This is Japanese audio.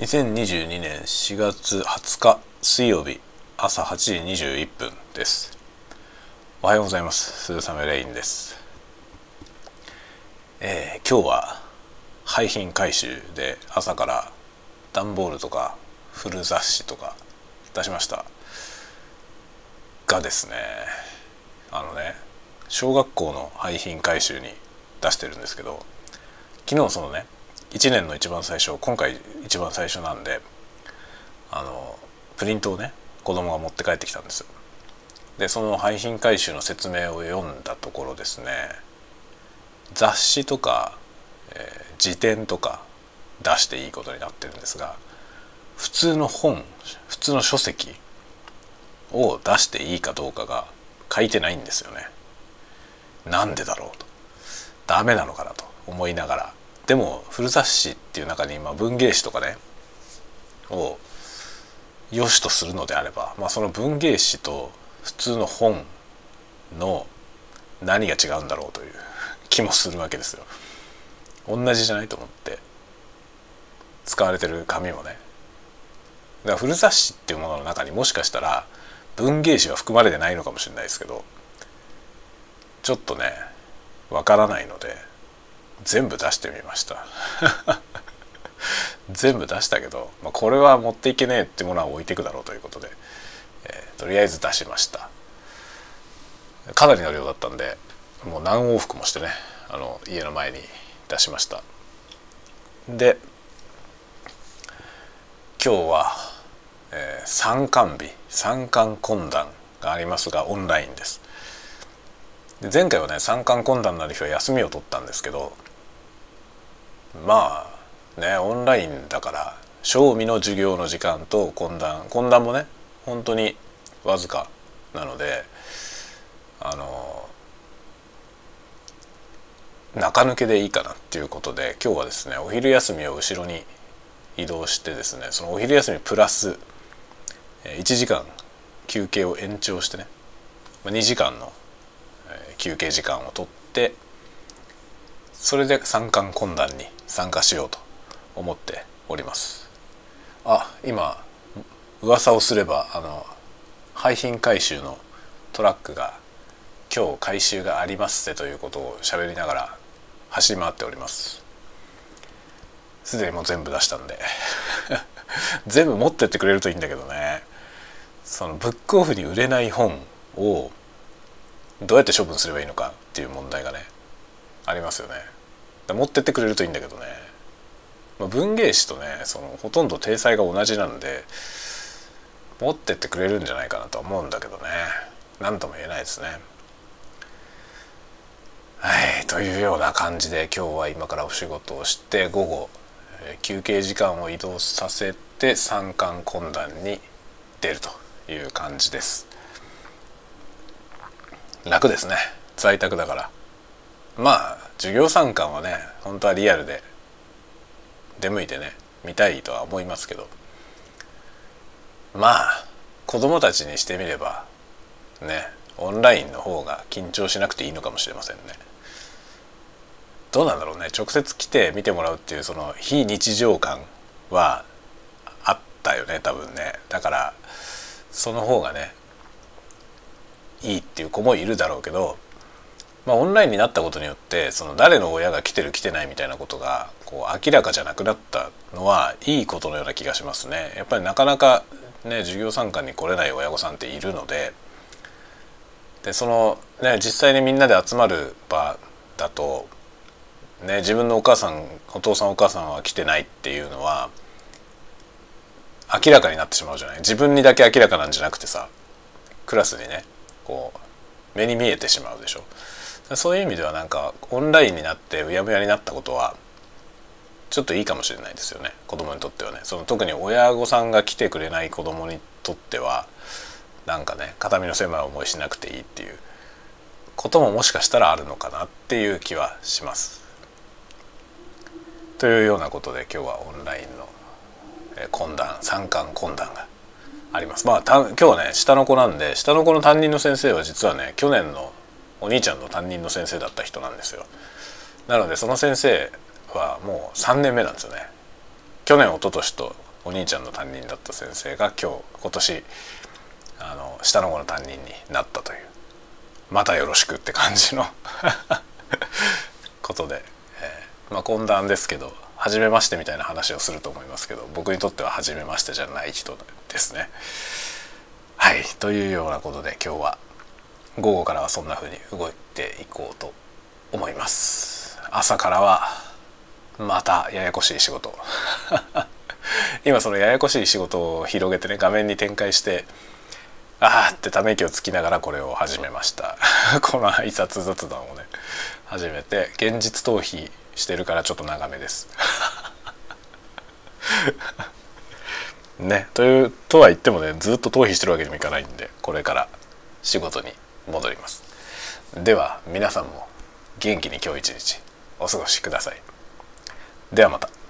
2022年4月20日水曜日朝8時21分です。おはようございます。鈴雨レインです。今日は廃品回収で朝から段ボールとか古雑誌とか出しましたがですね、小学校の廃品回収に出してるんですけど、昨日そのね1年の一番最初、今回一番最初なんでプリントをね子供が持って帰ってきたんですよ。でその廃品回収の説明を読んだところですね、雑誌とか、辞典とか出していいことになってるんですが、普通の本、普通の書籍を出していいかどうかが書いてないんですよね。なんでだろうと、ダメなのかなと思いながら、でも古雑誌っていう中に文芸誌とかねを良しとするのであれば、その文芸誌と普通の本の何が違うんだろうという気もするわけですよ。同じじゃないと思って、使われてる紙もね。だから古雑誌っていうものの中にもしかしたら文芸誌は含まれてないのかもしれないですけど、ちょっとねわからないので全部出してみました全部出したけど、これは持っていけねえってものは置いていくだろうということで、とりあえず出しました。かなりの量だったんで、もう何往復もしてね家の前に出しました。で今日は、参観日、参観懇談がありますがオンラインです。で前回はね参観懇談のある日は休みを取ったんですけど、オンラインだから賞味の授業の時間と懇談もね本当にわずかなので、中抜けでいいかなっていうことで、今日はですねお昼休みを後ろに移動してですね、そのお昼休みプラス1時間休憩を延長してね、2時間の休憩時間を取って、それで参観懇談に参加しようと思っております。今噂をすれば廃品回収のトラックが今日回収がありますってということを喋りながら走り回っております。すでにもう全部出したんで全部持ってってくれるといいんだけどね、そのブックオフに売れない本をどうやって処分すればいいのかっていう問題がねありますよね。持ってってくれるといいんだけどね、文芸誌とねほとんど体裁が同じなんで持ってってくれるんじゃないかなとは思うんだけどね、何とも言えないですね。はい、というような感じで今日は今からお仕事をして午後休憩時間を移動させて参観懇談に出るという感じです。楽ですね、在宅だから。授業参観はね本当はリアルで出向いてね見たいとは思いますけど、子供たちにしてみればねオンラインの方が緊張しなくていいのかもしれませんね。どうなんだろうね、直接来て見てもらうっていうその非日常感はあったよね多分ね。だからその方がねいいっていう子もいるだろうけど、オンラインになったことによってその誰の親が来てる来てないみたいなことが明らかじゃなくなったのはいいことのような気がしますね。やっぱりなかなかね授業参観に来れない親御さんっているので、実際にみんなで集まる場だと自分のお父さんお母さんは来てないっていうのは明らかになってしまうじゃない。自分にだけ明らかなんじゃなくてさ、クラスにね目に見えてしまうでしょ。そういう意味ではオンラインになってうやむやになったことはちょっといいかもしれないですよね、子供にとってはね。特に親御さんが来てくれない子供にとっては肩身の狭い思いしなくていいっていうことももしかしたらあるのかなっていう気はします。というようなことで今日はオンラインの参観懇談があります。今日はね下の子なんで、下の子の担任の先生は実はね去年のお兄ちゃんの担任の先生だった人なんですよ。なのでその先生はもう3年目なんですよね。去年一昨年とお兄ちゃんの担任だった先生が今年下の子の担任になったという、またよろしくって感じのことで、懇談ですけど初めましてみたいな話をすると思いますけど、僕にとっては初めましてじゃない人ですね。はい、というようなことで今日は午後からはそんな風に動いていこうと思います。朝からはまたややこしい仕事今そのややこしい仕事を広げてね、画面に展開してあーってため息をつきながらこれを始めましたこの挨拶雑談をね始めて、現実逃避してるからちょっと長めですね、とは言ってもね、ずっと逃避してるわけにもいかないんで、これから仕事に戻ります。では皆さんも元気に今日一日お過ごしください。ではまた。